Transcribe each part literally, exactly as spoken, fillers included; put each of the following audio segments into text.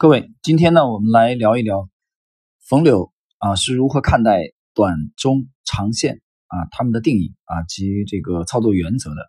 各位，今天呢，我们来聊一聊冯柳啊是如何看待短、中、长线啊他们的定义啊及这个操作原则的。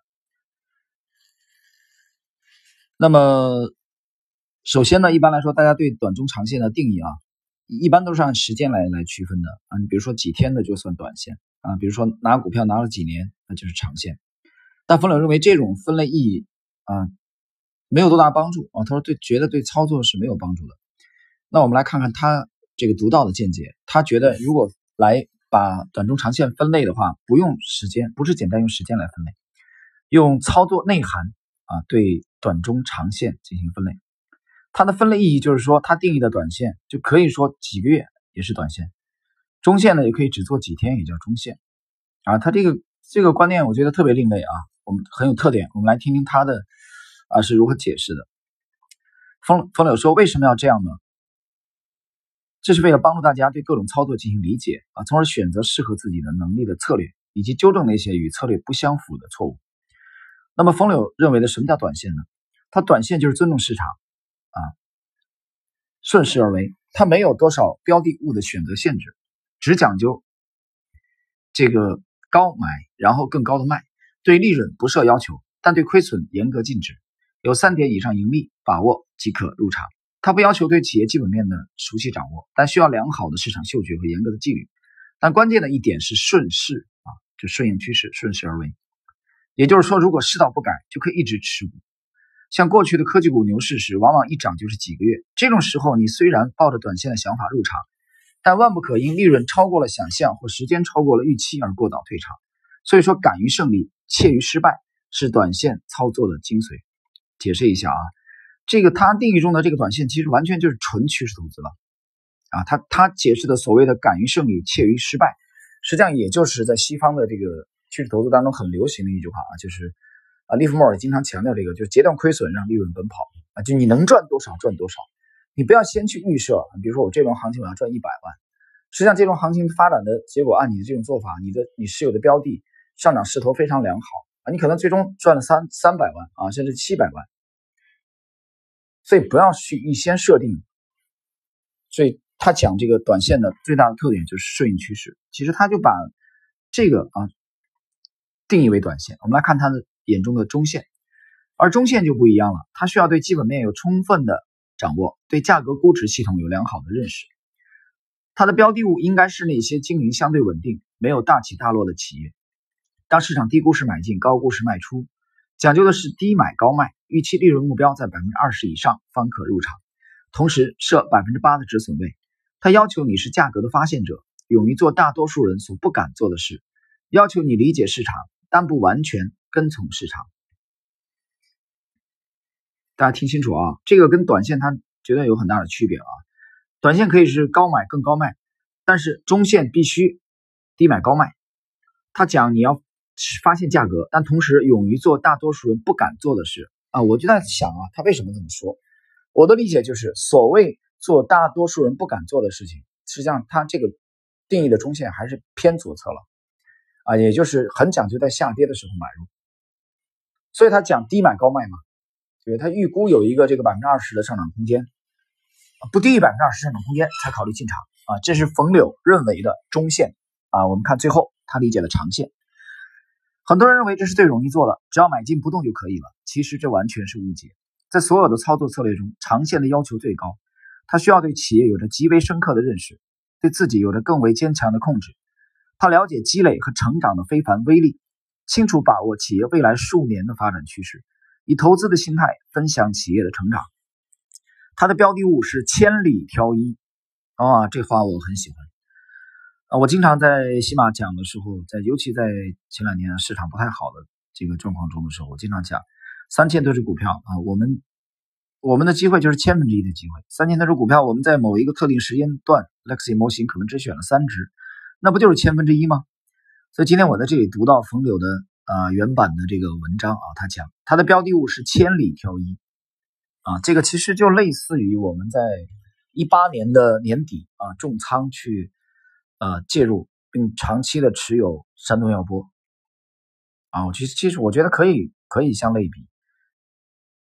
那么，首先呢，一般来说，大家对短、中、长线的定义啊，一般都是按时间来来区分的啊。你比如说几天的就算短线啊，比如说拿股票拿了几年，那就是长线。但冯柳认为这种分类意义啊没有多大帮助啊，他说对，觉得对操作是没有帮助的。那我们来看看他这个独到的见解，他觉得如果来把短中长线分类的话，不用时间，不是简单用时间来分类，用操作内涵啊对短中长线进行分类。它的分类意义就是说，它定义的短线就可以说几个月也是短线，中线呢也可以只做几天也叫中线啊。他这个这个观念我觉得特别另类啊，我们很有特点，我们来听听他的啊是如何解释的。冯冯柳说，为什么要这样呢？这是为了帮助大家对各种操作进行理解啊，从而选择适合自己的能力的策略，以及纠正那些与策略不相符的错误。那么冯柳认为的什么叫短线呢？它短线就是尊重市场啊，顺势而为，它没有多少标的物的选择限制，只讲究这个高买，然后更高的卖，对利润不设要求，但对亏损严格禁止，有三点以上盈利把握即可入场。他不要求对企业基本面的熟悉掌握，但需要良好的市场嗅觉和严格的纪律。但关键的一点是顺势啊，就顺应趋势，顺势而为。也就是说，如果世道不改，就可以一直持股。像过去的科技股牛市时，往往一涨就是几个月。这种时候，你虽然抱着短线的想法入场，但万不可因利润超过了想象或时间超过了预期而过早退场。所以说，敢于胜利，怯于失败，是短线操作的精髓。解释一下啊。这个他定义中的这个短线其实完全就是纯趋势投资了啊，他他解释的所谓的敢于胜利，怯于失败，实际上也就是在西方的这个趋势投资当中很流行的一句话啊，就是啊，利弗莫尔经常强调这个，就是截断亏损，让利润奔跑啊，就你能赚多少赚多少，你不要先去预设，比如说我这轮行情我要赚一百万，实际上这轮行情发展的结果，按你的这种做法，你的你持有的标的上涨势头非常良好啊，你可能最终赚了三三百万啊，甚至七百万。所以不要去预先设定，所以他讲这个短线的最大的特点就是顺应趋势。其实他就把这个啊定义为短线。我们来看他的眼中的中线，而中线就不一样了，他需要对基本面有充分的掌握，对价格估值系统有良好的认识。他的标的物应该是那些经营相对稳定、没有大起大落的企业。当市场低估时买进，高估时卖出，讲究的是低买高卖，预期利润目标在 百分之二十 以上方可入场，同时设 百分之八 的止损位。它要求你是价格的发现者，勇于做大多数人所不敢做的事，要求你理解市场，但不完全跟从市场。大家听清楚啊，这个跟短线它绝对有很大的区别啊。短线可以是高买更高卖，但是中线必须低买高卖。他讲你要发现价格，但同时勇于做大多数人不敢做的事啊！我就在想啊，他为什么这么说？我的理解就是，所谓做大多数人不敢做的事情，实际上他这个定义的中线还是偏左侧了啊，也就是很讲究在下跌的时候买入。所以他讲低买高卖嘛，对，他预估有一个这个 百分之二十 的上涨空间，不低于 百分之二十 上涨空间才考虑进场啊，这是冯柳认为的中线啊。我们看最后他理解的长线。很多人认为这是最容易做的，只要买进不动就可以了。其实这完全是误解。在所有的操作策略中，长线的要求最高，它需要对企业有着极为深刻的认识，对自己有着更为坚强的控制。他了解积累和成长的非凡威力，清楚把握企业未来数年的发展趋势，以投资的心态分享企业的成长。他的标的物是千里挑一啊，这话我很喜欢。啊，我经常在喜马讲的时候，在尤其在前两年市场不太好的这个状况中的时候，我经常讲三千多只股票啊，我们我们的机会就是千分之一的机会。三千多只股票，我们在某一个特定时间段 Lexi 模型可能只选了三只，那不就是千分之一吗？所以今天我在这里读到冯柳的呃原版的这个文章啊，他讲他的标的物是千里挑一啊，这个其实就类似于我们在一八年的年底啊重仓去。呃，介入并长期的持有山东药波啊，我其实其实我觉得可以可以相类比。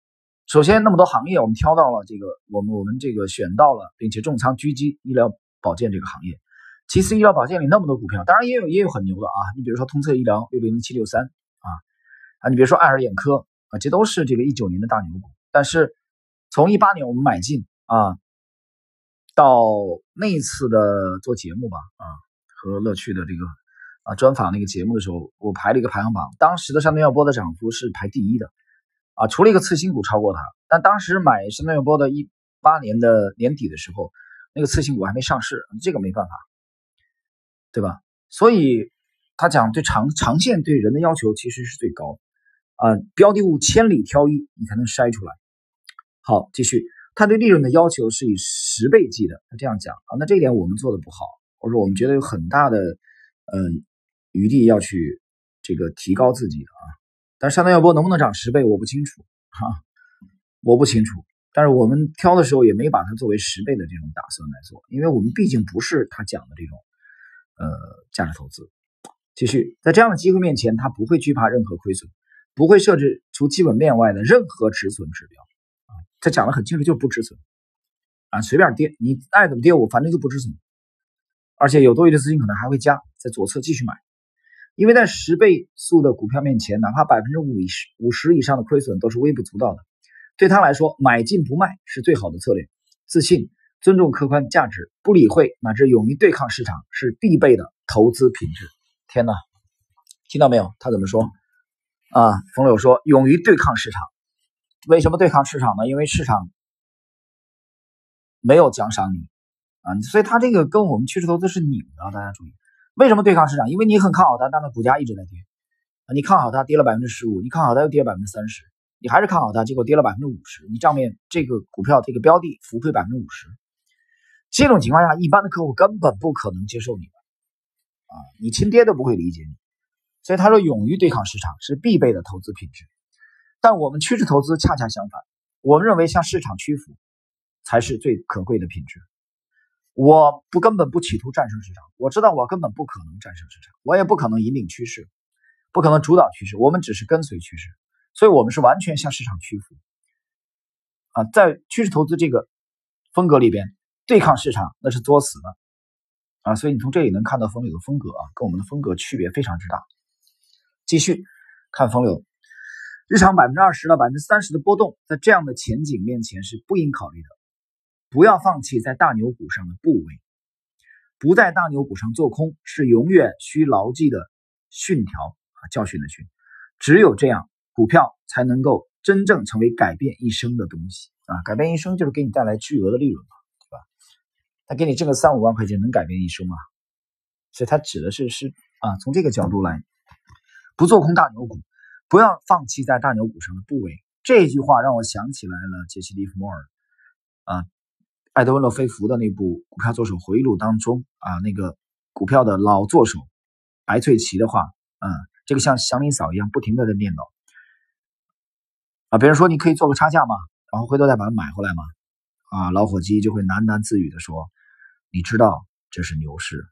首先那么多行业我们挑到了这个，我们我们这个选到了并且重仓狙击医疗保健这个行业。其次医疗保健里那么多股票，当然也有也有很牛的啊，你比如说通策医疗六零零七六三啊啊，你比如说爱尔眼科啊，这都是这个一九年的大牛股。但是从一八年我们买进啊，到那一次的做节目吧啊，和乐趣的这个啊专访那个节目的时候，我排了一个排行榜，当时的山东药波的涨幅是排第一的啊，除了一个次新股超过它。但当时买山东药波的一八年的年底的时候，那个次新股还没上市，这个没办法，对吧？所以他讲对长长线对人的要求其实是最高啊，标的物千里挑一，你才能筛出来。好，继续，他对利润的要求是以十倍计的，他这样讲啊，那这一点我们做的不好，或者我们觉得有很大的呃余地要去这个提高自己的啊。但是山东药波能不能涨十倍，我不清楚哈、啊，我不清楚。但是我们挑的时候也没把它作为十倍的这种打算来做，因为我们毕竟不是他讲的这种呃价值投资。继续，在这样的机会面前，他不会惧怕任何亏损，不会设置除基本面外的任何止损指标啊。他讲的很清楚，就不止损啊，随便跌，你爱怎么跌，我反正就不止损。而且有多余的资金可能还会加，在左侧继续买，因为在十倍速的股票面前，哪怕百分之五十五十以上的亏损都是微不足道的。对他来说，买进不卖是最好的策略。自信、尊重客观价值，不理会乃至勇于对抗市场是必备的投资品质。天哪，听到没有？他怎么说啊？冯柳说，勇于对抗市场。为什么对抗市场呢？因为市场没有奖赏你啊，所以他这个跟我们趋势投资是拧的，大家注意。为什么对抗市场？因为你很看好它，但它股价一直在跌啊，你看好它跌了百分之十五，你看好它又跌了百分之三十。你还是看好它，结果跌了百分之五十，你账面这个股票这个标的浮亏百分之五十，这种情况下，一般的客户根本不可能接受你的啊，你亲爹都不会理解你。所以他说，勇于对抗市场是必备的投资品质。但我们趋势投资恰恰相反，我们认为向市场屈服才是最可贵的品质。我不根本不企图战胜市场，我知道我根本不可能战胜市场，我也不可能引领趋势，不可能主导趋势，我们只是跟随趋势。所以我们是完全向市场屈服啊，在趋势投资这个风格里边，对抗市场那是作死的啊，所以你从这里能看到风柳的风格啊，跟我们的风格区别非常之大。继续看风柳，日常百分之二十到百分之三十的波动，在这样的前景面前是不应考虑的。不要放弃在大牛股上的部位，不在大牛股上做空是永远需牢记的训条啊，教训的训。只有这样，股票才能够真正成为改变一生的东西啊！改变一生就是给你带来巨额的利润嘛，对吧？他给你挣个三五万块钱，能改变一生吗？所以他指的是是啊，从这个角度来，不做空大牛股，不要放弃在大牛股上的部位。这句话让我想起来了杰西·利弗莫尔啊，艾德温·勒菲弗的那部《股票作手回忆录》当中啊，那个股票的老作手白翠奇的话，啊，这个像祥林嫂一样不停的在念叨。啊，别人说你可以做个差价吗？然后回头再把它买回来吗？啊，老伙计就会喃喃自语的说：“你知道这是牛市。”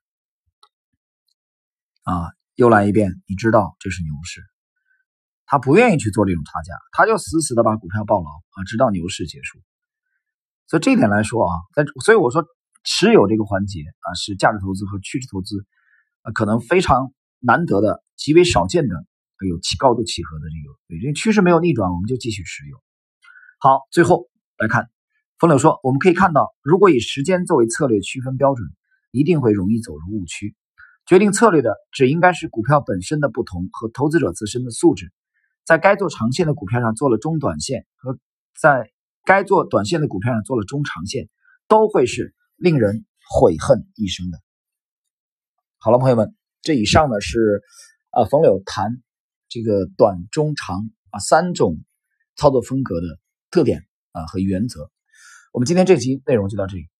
啊，又来一遍，你知道这是牛市。他不愿意去做这种差价，他就死死的把股票抱牢啊，直到牛市结束。所以这一点来说啊，在所以我说持有这个环节啊，是价值投资和趋势投资啊，可能非常难得的、极为少见的。有起高度契合的这个，对，这趋势没有逆转，我们就继续持有。好，最后来看，冯柳说，我们可以看到，如果以时间作为策略区分标准，一定会容易走入误区。决定策略的只应该是股票本身的不同和投资者自身的素质。在该做长线的股票上做了中短线，和在该做短线的股票上做了中长线，都会是令人悔恨一生的。好了，朋友们，这以上呢是啊冯柳谈这个短中长啊三种操作风格的特点啊和原则。我们今天这期内容就到这里。